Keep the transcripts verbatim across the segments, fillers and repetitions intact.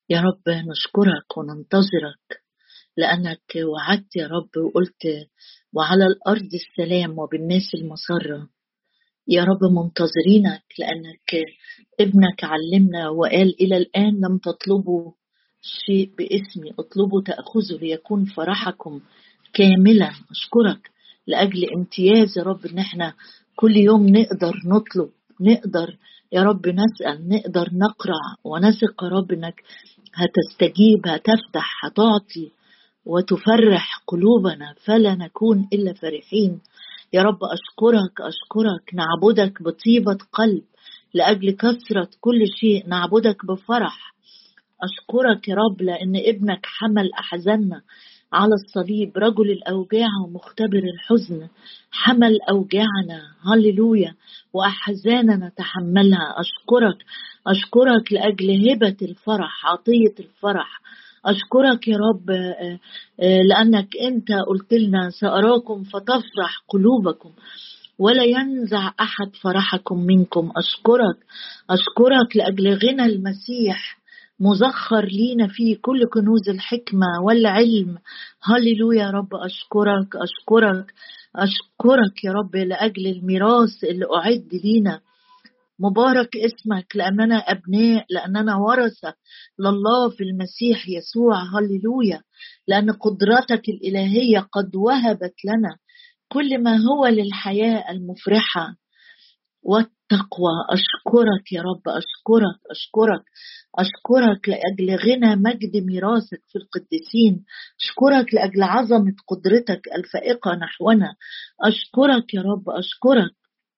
يا رب نشكرك وننتظرك لأنك وعدت يا رب وقلت وعلى الأرض السلام وبالناس المسرة. يا رب منتظرينك لأنك ابنك علمنا وقال إلى الآن لم تطلبوا شيء باسمي اطلبوا تأخذوا ليكون فرحكم كاملا. أشكرك لأجل امتياز يا رب إن احنا كل يوم نقدر نطلب، نقدر يا رب نسأل، نقدر نقرأ ونثق يا رب إنك هتستجيب، هتفتح، هتعطي وتفرح قلوبنا فلا نكون إلا فرحين. يا رب أشكرك أشكرك نعبدك بطيبة قلب لأجل كثرة كل شيء، نعبدك بفرح. أشكرك يا رب لأن ابنك حمل أحزاننا على الصليب، رجل الأوجاع ومختبر الحزن، حمل أوجاعنا هللويا وأحزاننا تحملها. أشكرك أشكرك لأجل هبة الفرح، عطية الفرح. أشكرك يا رب لأنك أنت قلت لنا سأراكم فتفرح قلوبكم ولا ينزع أحد فرحكم منكم. أشكرك أشكرك لأجل غنى المسيح مزخر لينا فيه كل كنوز الحكمة والعلم. هللويا يا رب. أشكرك أشكرك أشكرك يا رب لأجل الميراث اللي أعد لينا. مبارك اسمك لأننا أبناء، لأننا ورثة لله في المسيح يسوع. هللويا. لأن قدرتك الإلهية قد وهبت لنا كل ما هو للحياة المفرحة والتقوى. أشكرك يا رب أشكرك أشكرك أشكرك لأجل غنى مجد ميراثك في القديسين. أشكرك لأجل عظمة قدرتك الفائقة نحونا. أشكرك يا رب أشكرك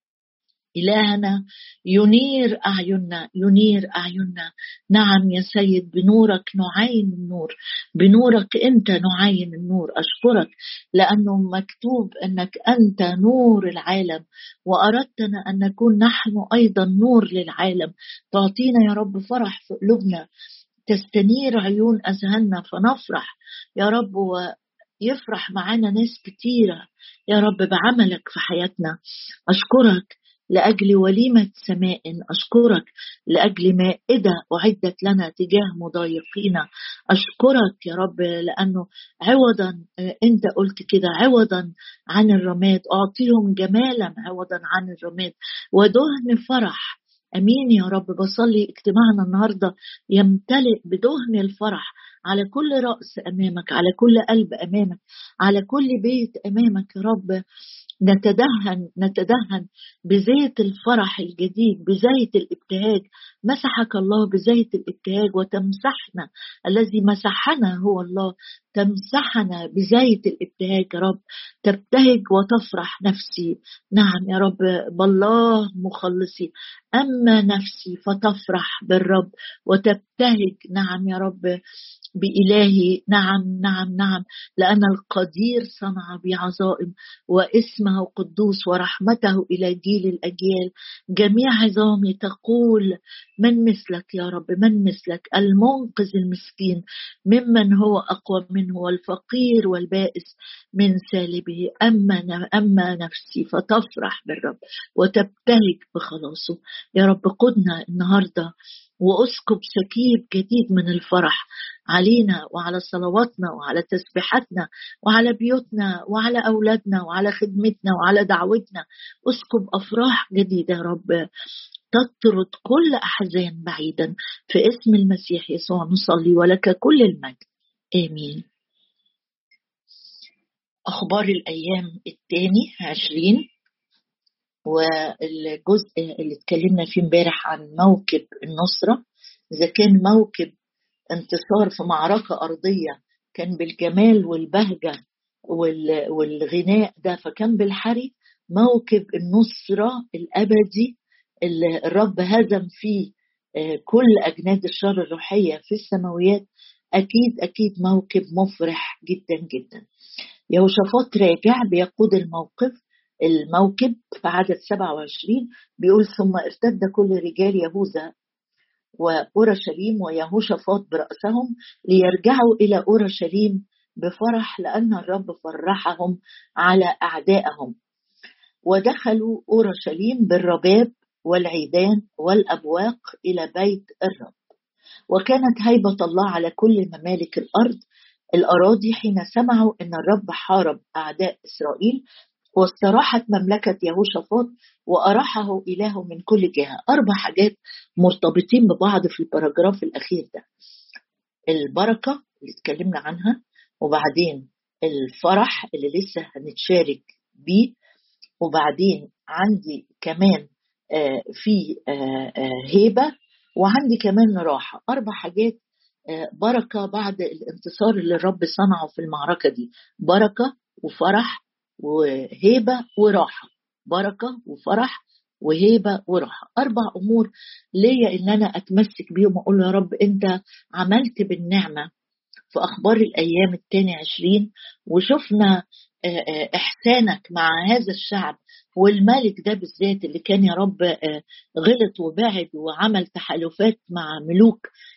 إلهنا ينير أعيننا ينير أعيننا. نعم يا سيد، بنورك نعاين النور، بنورك أنت نعاين النور. أشكرك لأنه مكتوب أنك أنت نور العالم وأردتنا أن نكون نحن أيضا نور للعالم. تعطينا يا رب فرح في قلوبنا، تستنير عيون أذهاننا فنفرح يا رب، ويفرح معنا ناس كتيرة يا رب بعملك في حياتنا. أشكرك لأجل وليمة سماء، أشكرك لأجل مائدة أعدت لنا تجاه مضايقين. أشكرك يا رب لأنه عوضا، أنت قلت كده، عوضا عن الرماد أعطيهم جمالا عوضا عن الرماد ودهن فرح. أمين يا رب. بصلي اجتماعنا النهاردة يمتلئ بدهن الفرح على كل رأس أمامك، على كل قلب أمامك، على كل بيت أمامك يا رب. نتدهن نتدهن بزيت الفرح الجديد، بزيت الابتهاج. مسحك الله بزيت الابتهاج وتمسحنا، الذي مسحنا هو الله. تمسحنا بزيت الابتهاج يا رب، تبتهج وتفرح نفسي. نعم يا رب، بالله مخلصي. أما نفسي فتفرح بالرب وتبتهج. نعم يا رب بإلهي. نعم نعم نعم. لأن القدير صنع بعظائم واسمه قدوس ورحمته إلى جيل الأجيال. جميع عظامي تقول من مثلك يا رب، من مثلك المنقذ المسكين ممن هو أقوى منه والفقير والبائس من سالبه. أما أما نفسي فتفرح بالرب وتبتهج بخلاصه. يا رب قدنا النهارده وأسكب سكيب جديد من الفرح علينا وعلى صلواتنا وعلى تسبيحاتنا وعلى بيوتنا وعلى أولادنا وعلى خدمتنا وعلى دعوتنا. أسكب أفراح جديدة يا رب تطرد كل أحزان بعيدا. في اسم المسيح يسوع نصلي ولك كل المجد. آمين. أخبار الأيام الثاني عشرين، والجزء اللي اتكلمنا فيه امبارح عن موكب النصرة. إذا كان موكب انتصار في معركة أرضية كان بالجمال والبهجة والغناء ده، فكان بالحري موكب النصرة الأبدي اللي الرب هزم فيه كل أجناد الشر الروحية في السماويات. أكيد أكيد موكب مفرح جدا جدا. يهوشافاط راجع بيقود الموقف الموكب في عدد سبعة وعشرين بيقول: ثم ارتد كل رجال يهوذا وأورشليم ويهوشافاط برأسهم ليرجعوا إلى أورشليم بفرح، لأن الرب فرحهم على أعدائهم. ودخلوا أورشليم بالرباب والعيدان والأبواق إلى بيت الرب. وكانت هيبة الله على كل ممالك الأرض الأراضي حين سمعوا أن الرب حارب أعداء إسرائيل، واستراحت مملكة يهوشافاط وأراحه إله من كل جهة. أربع حاجات مرتبطين ببعض في الباراجراف الأخير ده: البركة اللي اتكلمنا عنها، وبعدين الفرح اللي لسه هنتشارك بيه، وبعدين عندي كمان آه في آه آه هيبة، وعندي كمان راحة. أربع حاجات آه بركة بعد الانتصار اللي الرب صنعه في المعركة دي: بركة وفرح وهيبة وراحة. بركة وفرح وهيبة وراحة. أربع أمور ليا إن أنا أتمسك بيهم وأقول له يا رب أنت عملت بالنعمة في أخبار الأيام الثاني عشرين، وشفنا إحسانك مع هذا الشعب والملك ده بالذات اللي كان يا رب غلط وبعد وعمل تحالفات مع ملوك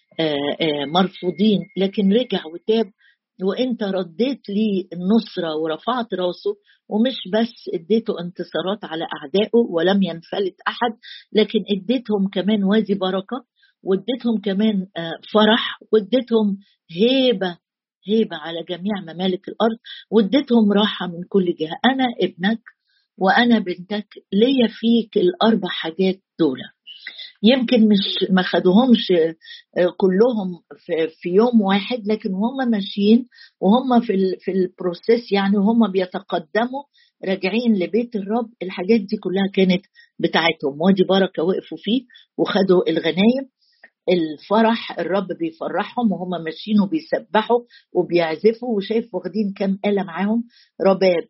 مرفوضين، لكن رجع وتاب، وانت رديت لي النصرة ورفعت راسه، ومش بس اديته انتصارات على أعدائه ولم ينفلت أحد، لكن اديتهم كمان وادي بركة، واديتهم كمان فرح، واديتهم هيبة هيبة على جميع ممالك الأرض، واديتهم راحة من كل جهة. أنا ابنك وأنا بنتك، ليا فيك الأربع حاجات دول. يمكن مش ما خدوهمش كلهم في يوم واحد، لكن هم ماشيين وهم في في البروسيس يعني، وهم بيتقدموا راجعين لبيت الرب. الحاجات دي كلها كانت بتاعتهم. وادي بركة وقفوا فيه وخدوا الغنايم. الفرح الرب بيفرحهم وهم ماشيين وبيسبحوا وبيعزفوا، وشايف واخدين كام آلة معاهم: رباب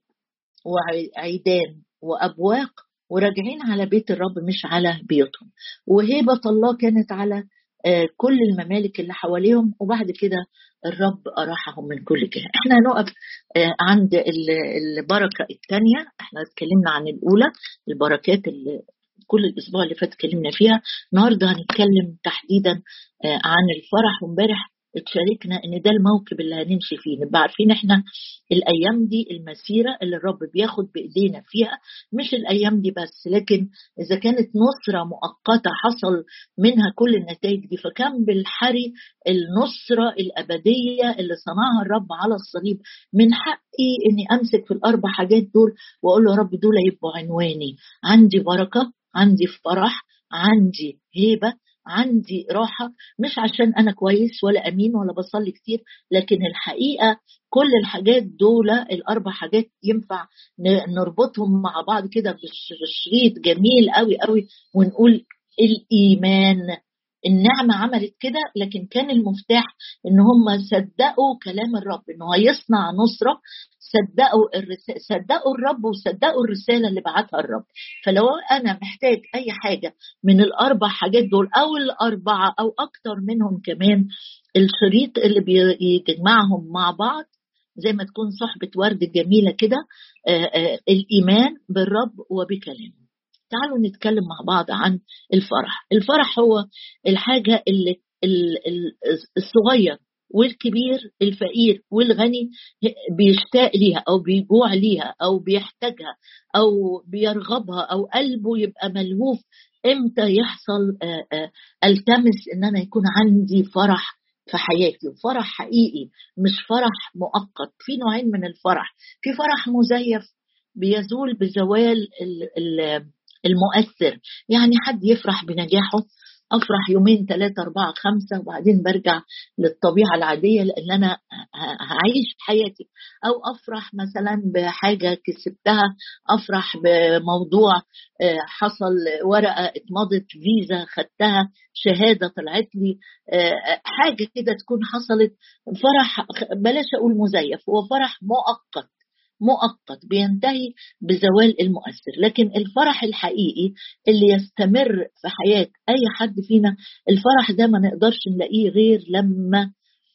وعيدان وأبواق، وراجعين على بيت الرب مش على بيوتهم. وهيبة الله كانت على كل الممالك اللي حواليهم، وبعد كده الرب أراحهم من كل جهة. احنا هنقف عند البركة الثانية. احنا اتكلمنا عن الأولى، البركات اللي كل الأسبوع اللي فات اتكلمنا فيها. النهاردة هنتكلم تحديدا عن الفرح، وامبارح اتشاركنا ان ده الموكب اللي هنمشي فيه. نبقى عارفين احنا الايام دي المسيرة اللي الرب بياخد بايدينا فيها، مش الايام دي بس، لكن اذا كانت نصرة مؤقتة حصل منها كل النتائج دي، فكان بالحري النصرة الابدية اللي صنعها الرب على الصليب. من حقي اني امسك في الاربع حاجات دول واقول له يا رب دول يبقوا عنواني. عندي بركة، عندي فرح، عندي هيبة، عندي راحة. مش عشان أنا كويس ولا أمين ولا بصلي كتير، لكن الحقيقة كل الحاجات دول الأربع حاجات ينفع نربطهم مع بعض كده بشريط جميل قوي قوي، ونقول الإيمان. النعمة عملت كده، لكن كان المفتاح إن هم صدقوا كلام الرب إنه هيصنع نصرة. صدقوا الرسالة، صدقوا الرب وصدقوا الرسالة اللي بعتها الرب. فلو أنا محتاج أي حاجة من الأربع حاجات دول أو الأربعة أو أكتر منهم كمان، الشريط اللي بيجمعهم مع بعض زي ما تكون صحبة ورد جميلة كده، الإيمان بالرب وبكلامه. تعالوا نتكلم مع بعض عن الفرح. الفرح هو الحاجة اللي الصغير والكبير، الفقير والغني بيشتاق ليها أو بيجوع ليها أو بيحتاجها أو بيرغبها أو قلبه يبقى ملهوف. إمتى يحصل ألتمس إن أنا يكون عندي فرح في حياتي، وفرح حقيقي مش فرح مؤقت. في نوعين من الفرح: في فرح مزيف بيزول بزوال المؤثر، يعني حد يفرح بنجاحه، أفرح يومين ثلاثة أربعة خمسة وبعدين برجع للطبيعة العادية لأن أنا هعيش حياتي. أو أفرح مثلا بحاجة كسبتها، أفرح بموضوع حصل، ورقة اتمضت، فيزا خدتها، شهادة طلعت لي، حاجة كده تكون حصلت. فرح بلاش أقول مزيف، هو فرح مؤقت مؤقت بينتهي بزوال المؤثر. لكن الفرح الحقيقي اللي يستمر في حياة أي حد فينا، الفرح ده ما نقدرش نلاقيه غير لما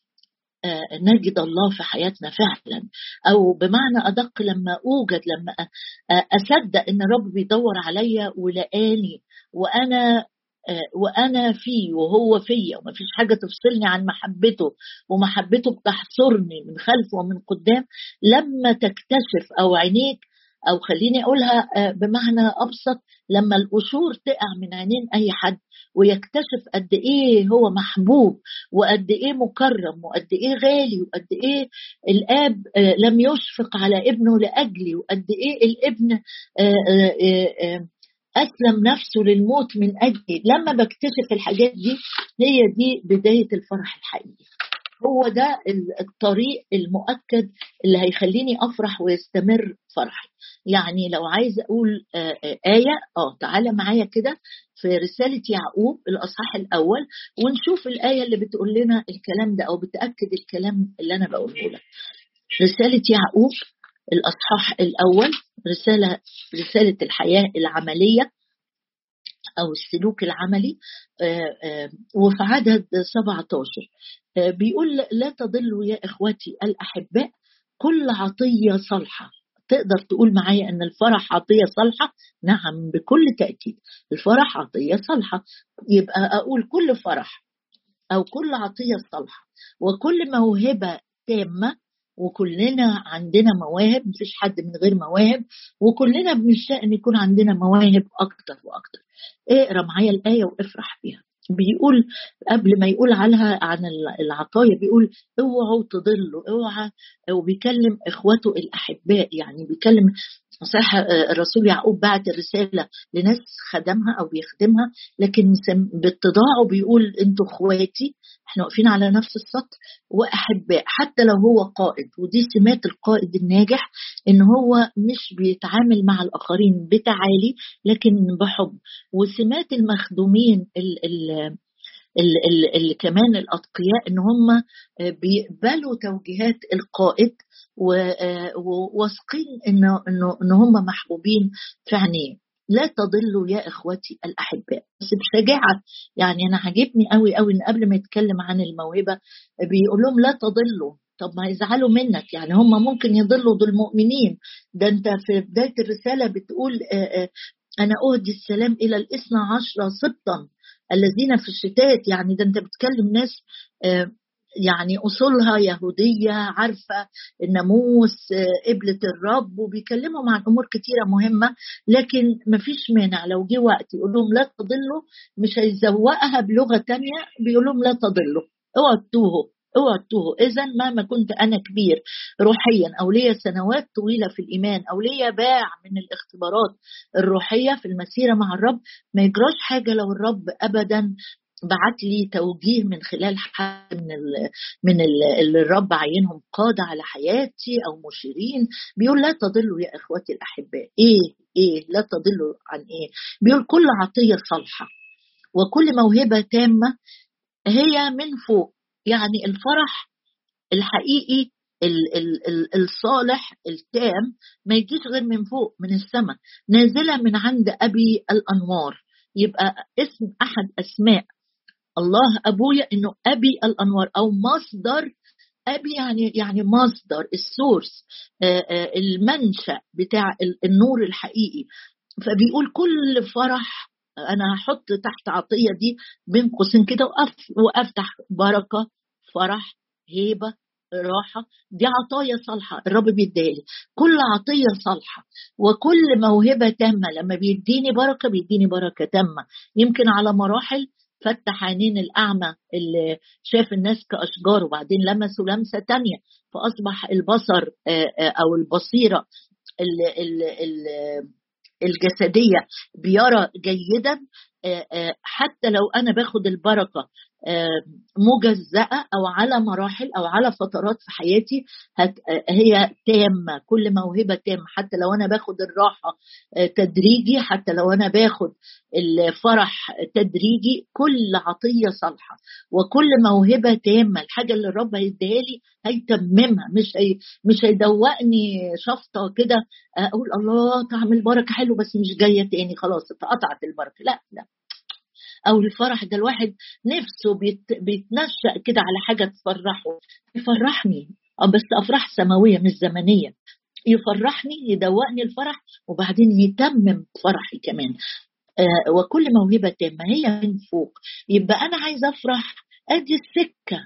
نجد الله في حياتنا فعلا، أو بمعنى أدق لما أوجد، لما أصدق إن الرب بيدور عليا ولقاني، وأنا وأنا فيه وهو فيا، ومفيش حاجة تفصلني عن محبته، ومحبته بتحصرني من خلف ومن قدام. لما تكتشف أو عينيك أو خليني أقولها بمعنى أبسط، لما القشور تقع من عينين أي حد ويكتشف قد إيه هو محبوب وقد إيه مكرم وقد إيه غالي وقد إيه الآب لم يشفق على ابنه لأجلي وقد إيه الابن أسلم نفسه للموت من أجلي، لما بكتشف الحاجات دي هي دي بداية الفرح الحقيقي. هو ده الطريق المؤكد اللي هيخليني أفرح ويستمر فرحي. يعني لو عايز أقول آية، آه تعالى معايا كده في رسالة يعقوب الأصحاح الأول ونشوف الآية اللي بتقول لنا الكلام ده أو بتأكد الكلام اللي أنا بقوله لك. رسالة يعقوب الأصحاح الأول، رسالة رسالة الحياة العملية أو السلوك العملي، وفي عدد سبعة عشر بيقول لا تضلوا يا إخوتي الأحباء كل عطية صالحة. تقدر تقول معايا أن الفرح عطية صالحة؟ نعم بكل تأكيد الفرح عطية صالحة. يبقى أقول كل فرح أو كل عطية صالحة وكل موهبة تامة، وكلنا عندنا مواهب، مفيش حد من غير مواهب، وكلنا بنشاء ان يكون عندنا مواهب اكتر واكتر. اقرا معايا الايه وافرح بيها. بيقول قبل ما يقول عنها عن العطايا بيقول اوعوا تضلوا، اوعى، وبيكلم اخواته الاحباء. يعني بيكلم صح الرسول يعقوب بعت الرسالة لناس خدمها أو بيخدمها، لكن باتضاعه بيقول أنتوا اخواتي، احنا واقفين على نفس السطر، وأحباء. حتى لو هو قائد، ودي سمات القائد الناجح، إن هو مش بيتعامل مع الآخرين بتعالي لكن بحب. وسمات المخدومين ال ال اللي كمان الأتقياء إن هم بيقبلوا توجيهات القائد وواثقين إنه إنه إن هم محبوبين في عينيه. لا تضلوا يا إخوتي الأحباء، بس بشجاعة. يعني أنا عجبني قوي قوي إن قبل ما يتكلم عن الموهبة بيقول لهم لا تضلوا. طب ما يزعلوا منك، يعني هم ممكن يضلوا دول مؤمنين. ده أنت في بداية الرسالة بتقول أنا أهدي السلام إلى الاثنى عشر سبطا الذين في الشتات. يعني ده أنت بتكلم ناس يعني أصولها يهودية، عارفة الناموس، قبلة الرب، وبيكلمهم عن أمور كتيرة مهمة. لكن مفيش مانع لو جه وقت يقول لهم لا تضلوا، مش هيزوقها بلغة تانية، بيقول لهم لا تضلوا، اوعوا تتوهوا، اوعوا تتوهوا. إذن مهما كنت أنا كبير روحيا أو ليا سنوات طويلة في الإيمان أو ليا باع من الاختبارات الروحية في المسيرة مع الرب، ما يجراش حاجة لو الرب أبدا بعت لي توجيه من خلال حد من ال من ال اللي الرب عينهم قادة على حياتي أو مشيرين. بيقول لا تضلوا يا إخوتي الأحباء. إيه إيه لا تضلوا عن إيه؟ بيقول كل عطية صالحة وكل موهبة تامة هي من فوق. يعني الفرح الحقيقي ال ال ال الصالح التام ما يجيش غير من فوق، من السماء، نازلة من عند أبي الأنوار. يبقى اسم أحد أسماء الله أبويا إنه أبي الأنوار أو مصدر. أبي يعني يعني مصدر، السورس، المنشأ بتاع النور الحقيقي. فبيقول كل فرح، أنا هحط تحت عطية دي بين قوسين كده وأفتح بركة، فرح، هيبة، راحة، دي عطايا صالحة الرب بيديلي. كل عطية صالحة وكل موهبة تامة. لما بيديني بركة بيديني بركة تامة، يمكن على مراحل. فتح عينين الأعمى اللي شاف الناس كأشجار وبعدين لمسوا لمسة تانية فأصبح البصر أو البصيرة الجسدية بيرى جيدا. حتى لو أنا باخد البركة مجزأة أو على مراحل أو على فترات في حياتي هي تامة. كل موهبة تامة، حتى لو أنا باخد الراحة تدريجي، حتى لو أنا باخد الفرح تدريجي، كل عطية صالحة وكل موهبة تامة. الحاجة اللي الرب هيديها لي هيتممها، مش هي مش هيدوقني شفطة كده أقول الله طعم البركة حلو بس مش جاية تاني خلاص اتقطعت البركة. لا لا. أو الفرح ده الواحد نفسه بيت بيتنشأ كده على حاجة تفرحه، يفرحني بس أفراح سماوية مش زمنية، يفرحني يدوقني الفرح وبعدين يتمم فرحي كمان. آه وكل موهبة تامة هي من فوق. يبقى أنا عايزة أفرح، أدي السكة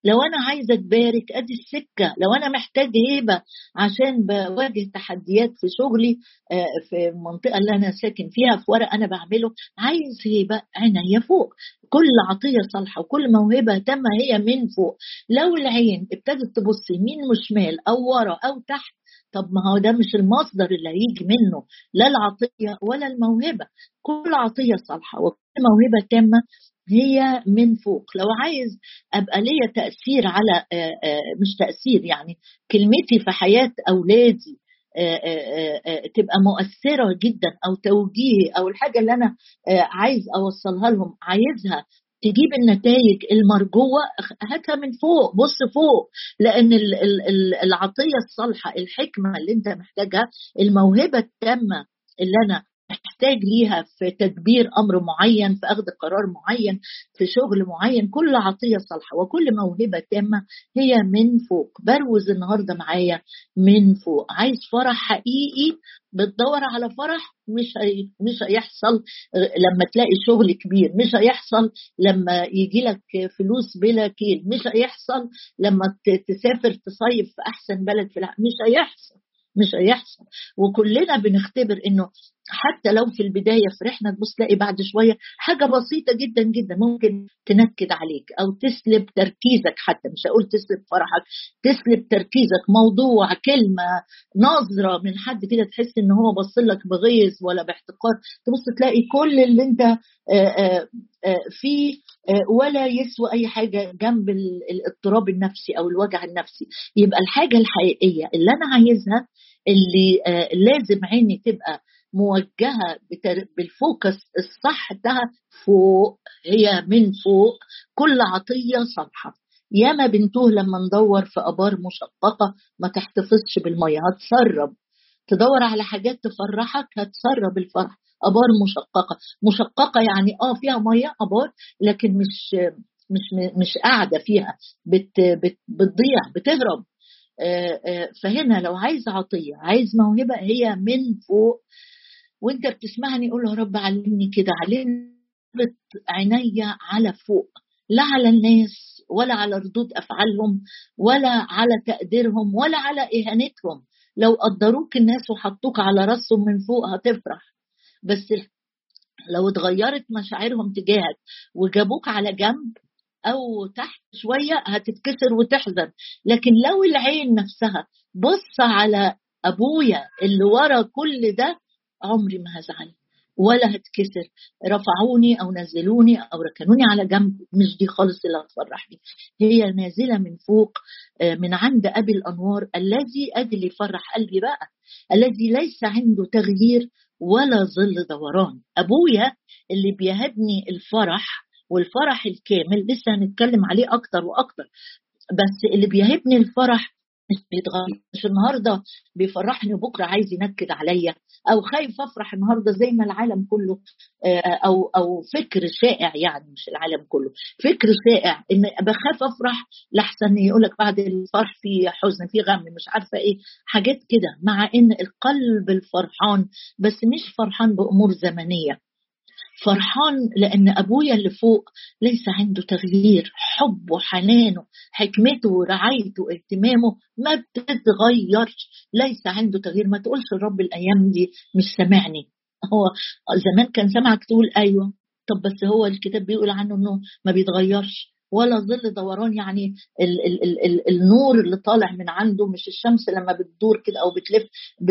لو أنا عايزة تبارك أدي السكة. لو أنا محتاج هيبة عشان بواجه تحديات في شغلي في المنطقة اللي أنا ساكن فيها، في ورق أنا بعمله، عايز هيبة، عناية فوق. كل عطية صالحة وكل موهبة تامة هي من فوق. لو العين ابتدت تبص يمين وشمال أو ورا أو تحت، طب ما هو ده مش المصدر اللي هيجي منه لا العطية ولا الموهبة. كل عطية صالحة وكل موهبة تامة هي من فوق. لو عايز أبقى ليا تأثير على مش تأثير يعني كلمتي في حياة أولادي تبقى مؤثرة جدا، أو توجيهي أو الحاجة اللي أنا عايز أوصلها لهم عايزها تجيب النتائج المرجوة، هاتها من فوق، بص فوق. لأن العطية الصالحة، الحكمة اللي أنت محتاجها، الموهبة التامة اللي أنا محتاج ليها في تدبير أمر معين، في أخذ قرار معين، في شغل معين، كل عطية صالحة وكل موهبة تامة هي من فوق. بروز النهاردة معايا من فوق. عايز فرح حقيقي، بتدور على فرح، مش هي مش هيحصل لما تلاقي شغل كبير، مش هيحصل لما يجي لك فلوس بلا كيل، مش هيحصل لما تسافر تصيف في أحسن بلد في العالم، مش هيحصل مش هيحصل. وكلنا بنختبر انه حتى لو في البداية فرحنا، تبص تلاقي بعد شوية حاجة بسيطة جدا جدا ممكن تنكد عليك أو تسلب تركيزك. حتى مش هقول تسلب فرحك، تسلب تركيزك. موضوع، كلمة، نظرة من حد كده تحس ان هو بصلك بغيظ ولا باحتقار، تبص تلاقي كل اللي انت فيه ولا يسوى أي حاجة جنب الاضطراب النفسي أو الوجع النفسي. يبقى الحاجة الحقيقية اللي أنا عايزها، اللي لازم عيني تبقى موجهة بالفوكس الصح ده فوق، هي من فوق. كل عطية صالحة. ياما بنتوه لما ندور في أبار مشققة ما تحتفظش بالمية، هتسرب. تدور على حاجات تفرحك، هتسرب الفرح. أبار مشققة، مشققة يعني آه فيها مية أبار، لكن مش مش مش قاعدة فيها، بت بت بتضيع، بتهرب. آآ آآ فهنا لو عايز عطية، عايز موهبة، هي من فوق. وانت بتسمعني قول يا رب علمني كده، علمني عينيا على فوق، لا على الناس ولا على ردود أفعالهم ولا على تقديرهم ولا على إهانتهم. لو قدروك الناس وحطوك على رأسهم من فوق هتفرح، بس لو اتغيرت مشاعرهم تجاهك وجابوك على جنب أو تحت شوية هتتكسر وتحزن. لكن لو العين نفسها بص على أبويا اللي ورا كل ده، عمري ما هزعل ولا هتكسر. رفعوني أو نزلوني أو ركنوني على جنب، مش دي خالص اللي هتفرحني. هي نازلة من فوق من عند أبي الأنوار الذي أدل يفرح قلبي بقى، الذي ليس عنده تغيير ولا ظل دوران. أبويا اللي بيهدني الفرح، والفرح الكامل لسه هنتكلم عليه أكتر وأكتر، بس اللي بيهبني الفرح مش بيتغير. مش النهارده بيفرحني وبكره عايز ينكد عليا، او خايف افرح النهارده زي ما العالم كله، او او فكر شائع، يعني مش العالم كله، فكر شائع ان بخاف افرح لحسن يقولك بعد الفرح في حزن، في غم، مش عارفه ايه، حاجات كده. مع ان القلب الفرحان، بس مش فرحان بامور زمنيه، فرحان لأن أبويا اللي فوق ليس عنده تغيير. حبه، حنانه، حكمته، رعايته، اهتمامه ما بتتغيرش، ليس عنده تغيير. ما تقولش الرب الأيام دي مش سمعني، هو زمان كان سمعك تقول أيوة، طب بس هو الكتاب بيقول عنه أنه ما بيتغيرش ولا ظل دوران. يعني ال ال ال ال النور اللي طالع من عنده، مش الشمس لما بتدور كده أو بتلف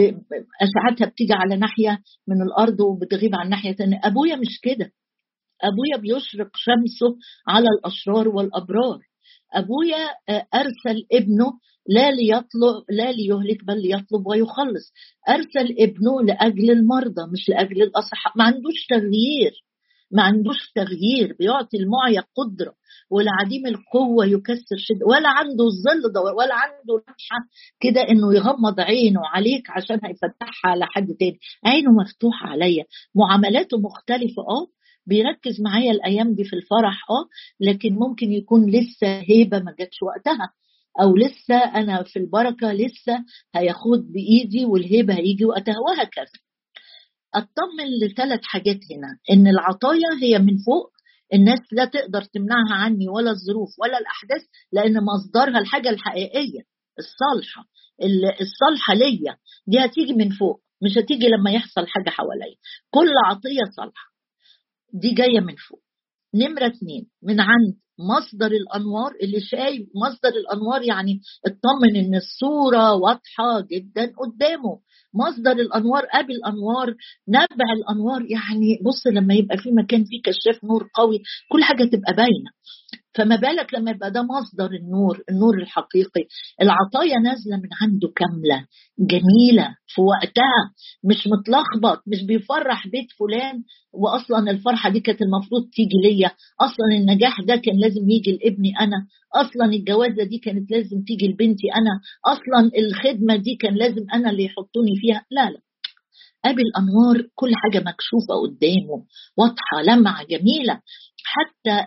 أشعتها بتيجي على ناحية من الأرض وبتغيب عن ناحية تانية. أبويا مش كده. أبويا بيشرق شمسه على الأشرار والأبرار. أبويا أرسل ابنه لا ليطلب لا ليهلك بل ليطلب ويخلص. أرسل ابنه لأجل المرضى مش لأجل الأصحاء. ما عندوش تغيير، ما عندوش تغيير. بيعطي المعيا قدرة والعديم القوة يكسر شدة، ولا عنده ظل دور، ولا عنده لمحة كده انه يغمض عينه عليك عشان هيفتحها على حد تاني. عينه مفتوحة عليا. معاملاته مختلفة، اه بيركز معايا الايام دي في الفرح، اه لكن ممكن يكون لسه هيبة ما جاتش وقتها، او لسه انا في البركة لسه هياخد بايدي والهيبة هيجي وقتها، وهكذا. اطمن لثلاث حاجات هنا: ان العطايا هي من فوق، الناس لا تقدر تمنعها عني ولا الظروف ولا الأحداث، لأن مصدرها الحاجة الحقيقية الصالحة الصالحة ليا، دي هتيجي من فوق، مش هتيجي لما يحصل حاجة حواليا. كل عطية صالحة دي جاية من فوق. نمرة اتنين، من عند مصدر الأنوار. اللي شايف مصدر الأنوار يعني اطمن إن الصورة واضحة جدا قدامه. مصدر الأنوار، أبي الأنوار، نبع الأنوار. يعني بص، لما يبقى في مكان فيه كشاف نور قوي كل حاجة تبقى باينة، فما بالك لما يبقى ده مصدر النور، النور الحقيقي. العطايا نازلة من عنده كاملة جميلة في وقتها، مش متلخبط، مش بيفرح بيت فلان وأصلا الفرحة دي كانت المفروض تيجي ليا، أصلا النجاح ده كان لازم يجي لابني أنا، أصلا الجوازة دي كانت لازم تيجي لبنتي أنا، أصلا الخدمة دي كان لازم أنا اللي يحطوني فيها. لا لا، أبي الأنوار كل حاجة مكشوفة قدامه، واضحة لمعة جميلة. حتى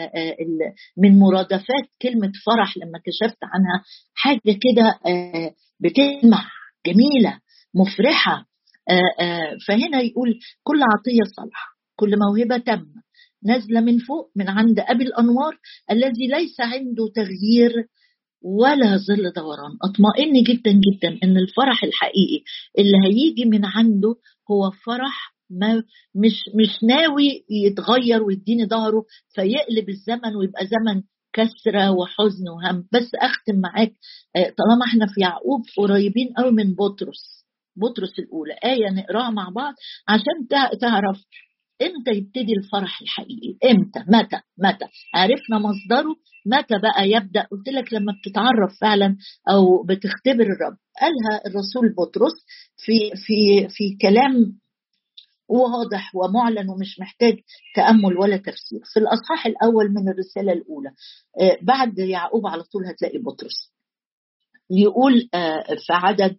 من مرادفات كلمة فرح لما كشفت عنها حاجة كده بتلمع جميلة مفرحة. فهنا يقول كل عطية صالحة، كل موهبة تامة نازلة من فوق من عند أبي الأنوار الذي ليس عنده تغيير ولا ظل دوران. اطمئن جدا جدا ان الفرح الحقيقي اللي هيجي من عنده هو فرح ما مش مش ناوي يتغير ويديني ظهره فيقلب الزمن ويبقى زمن كسرة وحزن وهم. بس اختم معاك، طالما احنا في يعقوب قريبين قوي من بطرس، بطرس الاولى آية نقراها مع بعض عشان تعرف امتى يبتدي الفرح الحقيقي، امتى، متى متى عرفنا مصدره، متى بقى يبدأ. قلت لك لما بتتعرف فعلا او بتختبر الرب. قالها الرسول بطرس في في في كلام واضح ومعلن ومش محتاج تأمل ولا تفسير. في الأصحاح الأول من الرسالة الأولى بعد يعقوب على طول هتلاقي بطرس يقول في عدد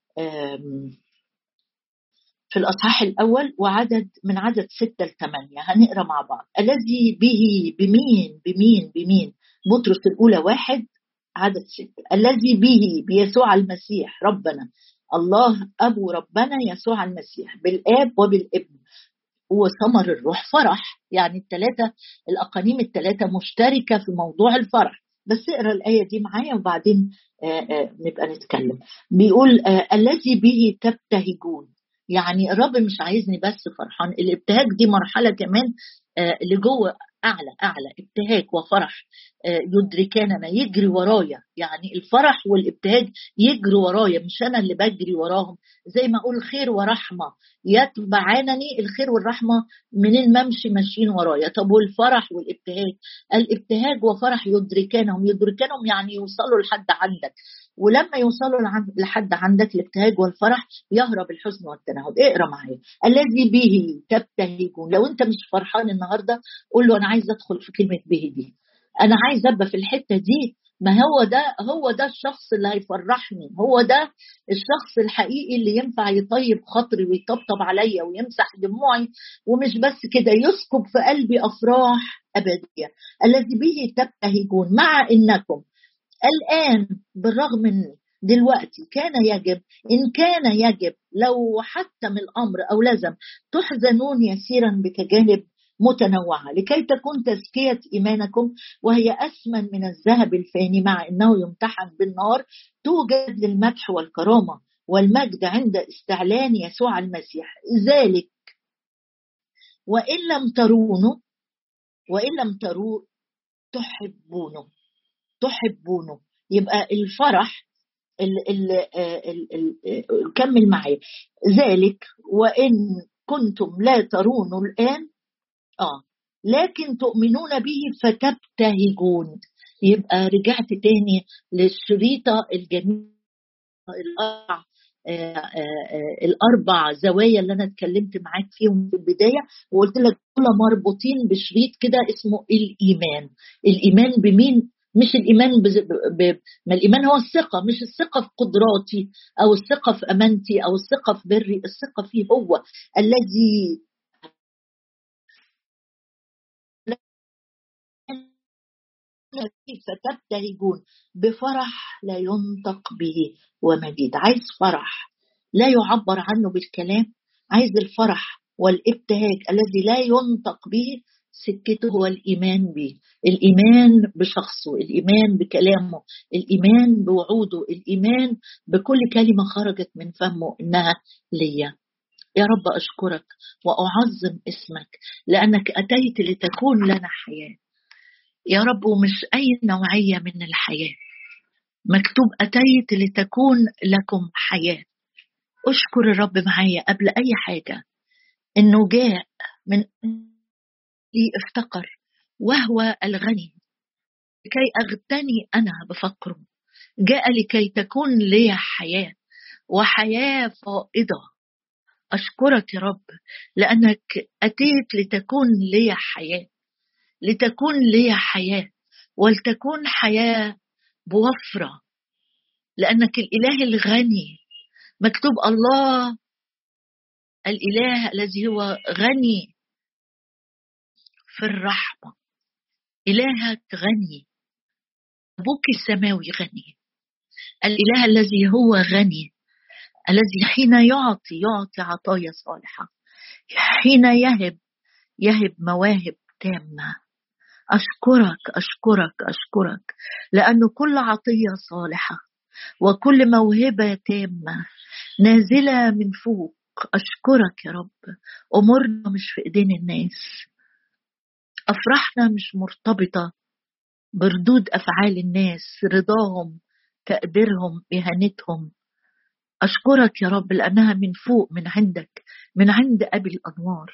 في الأصحاح الأول وعدد من عدد ستة لثمانية هنقرأ مع بعض. الذي به بمين بمين بمين بطرس الأولى واحد عدد ستة. الذي به بيسوع المسيح ربنا، الله أبو ربنا يسوع المسيح بالآب وبالابن وثمر الروح فرح. يعني الثلاثة الأقانيم الثلاثة مشتركة في موضوع الفرح. بس اقرأ الآية دي معايا وبعدين آآ آآ نبقى نتكلم. بيقول الذي به تبتهجون. يعني الرب مش عايزني بس فرحان، الابتهاج دي مرحلة كمان آه لجوه أعلى أعلى، ابتهاج وفرح آه يدركاننا، يجري ورايا. يعني الفرح والابتهاج يجري ورايا، مش أنا اللي بجري وراهم. زي ما أقول خير ورحمة يتبعانني، الخير والرحمة منين ممشي ماشيين ورايا. طب والفرح والابتهاج، الابتهاج وفرح يدركانهم، يدركانهم يعني يوصلوا لحد عندك، ولما يوصلوا لحد عندك الابتهاج والفرح يهرب الحزن والتنهد. اقرا معايا الذي به تبتهجون. لو انت مش فرحان النهارده قول له انا عايز ادخل في كلمه به دي، انا عايز ابقى في الحته دي. ما هو ده هو ده الشخص اللي هيفرحني، هو ده الشخص الحقيقي اللي ينفع يطيب خاطري ويطبطب عليا ويمسح دموعي، ومش بس كده يسكب في قلبي افراح ابديه. الذي به تبتهجون مع انكم الآن بالرغم من دلوقتي كان يجب، إن كان يجب لو حتم الأمر أو لازم تحزنون يسيرا بتجانب متنوعة لكي تكون تزكية إيمانكم وهي أثمن من الذهب الفاني مع أنه يمتحن بالنار توجد للمدح والكرامة والمجد عند استعلان يسوع المسيح. ذلك وإن لم ترونه وإن لم تروا تحبونه تحبونه. يبقى الفرح ال ال ال ال كمل معي. ذلك وإن كنتم لا ترونه الآن آه لكن تؤمنون به فتبتهجون. يبقى رجعت تاني للشريطة الجميلة الأربع آآ آآ الأربع زوايا اللي أنا اتكلمت معاك فيهم في البداية، وقلت لك كل مربوطين بشريط كده اسمه الإيمان. الإيمان بمين؟ مش الإيمان بز... ب... ما الإيمان هو الثقة، مش الثقة في قدراتي أو الثقة في أمانتي أو الثقة في بري، الثقة فيه هو الذي فتبتهجون بفرح لا ينطق به ومجيد. عايز فرح لا يعبر عنه بالكلام، عايز الفرح والابتهاج الذي لا ينطق به سكته هو الإيمان بيه، الإيمان بشخصه، الإيمان بكلامه، الإيمان بوعوده، الإيمان بكل كلمة خرجت من فمه إنها ليا. يا رب أشكرك وأعظم اسمك لأنك أتيت لتكون لنا حياة يا رب، ومش أي نوعية من الحياة، مكتوب أتيت لتكون لكم حياة. أشكر الرب معايا قبل أي حاجة إنه جاء من لي افتقر وهو الغني لكي أغتني أنا بفقره، جاء لكي تكون لي حياة وحياة فائضة. أشكرك يا رب لأنك أتيت لتكون لي حياة، لتكون لي حياة ولتكون حياة بوفرة، لأنك الإله الغني. مكتوب الله الإله الذي هو غني في الرحمة، إلهك غني، أبوك السماوي غني، الإله الذي هو غني، الذي حين يعطي يعطي عطايا صالحة، حين يهب يهب مواهب تامة. أشكرك أشكرك أشكرك لأن كل عطية صالحة وكل موهبة تامة نازلة من فوق. أشكرك يا رب، أمورنا مش في إيدين الناس، أفراحنا مش مرتبطة بردود أفعال الناس، رضاهم تقديرهم إهانتهم. أشكرك يا رب لأنها من فوق، من عندك، من عند أبي الأنوار.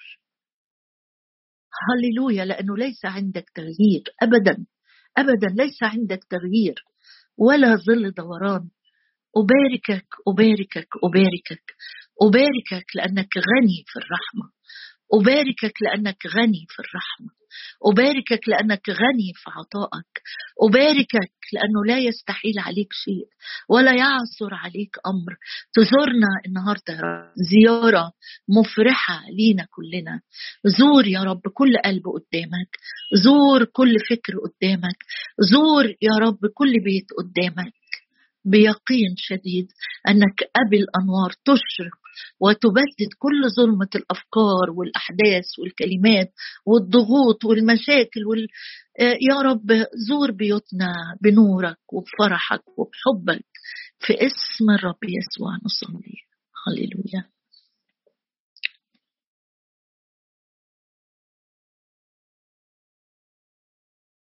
هللويا، لأنه ليس عندك تغيير أبدا أبدا، ليس عندك تغيير ولا ظل دوران. أباركك أباركك أباركك أباركك لأنك غني في الرحمة، أباركك لأنك غني في الرحمة، أباركك لأنك غني في عطائك، أباركك لأنه لا يستحيل عليك شيء ولا يعثر عليك أمر. تزورنا النهاردة يا رب زيارة مفرحة لينا كلنا. زور يا رب كل قلب قدامك، زور كل فكر قدامك، زور يا رب كل بيت قدامك بيقين شديد أنك أبي الأنوار تشرق وتبدد كل ظلمة الأفكار والأحداث والكلمات والضغوط والمشاكل وال... يا رب زور بيوتنا بنورك وبفرحك وبحبك، في اسم الرب يسوع نصلي. هللويا.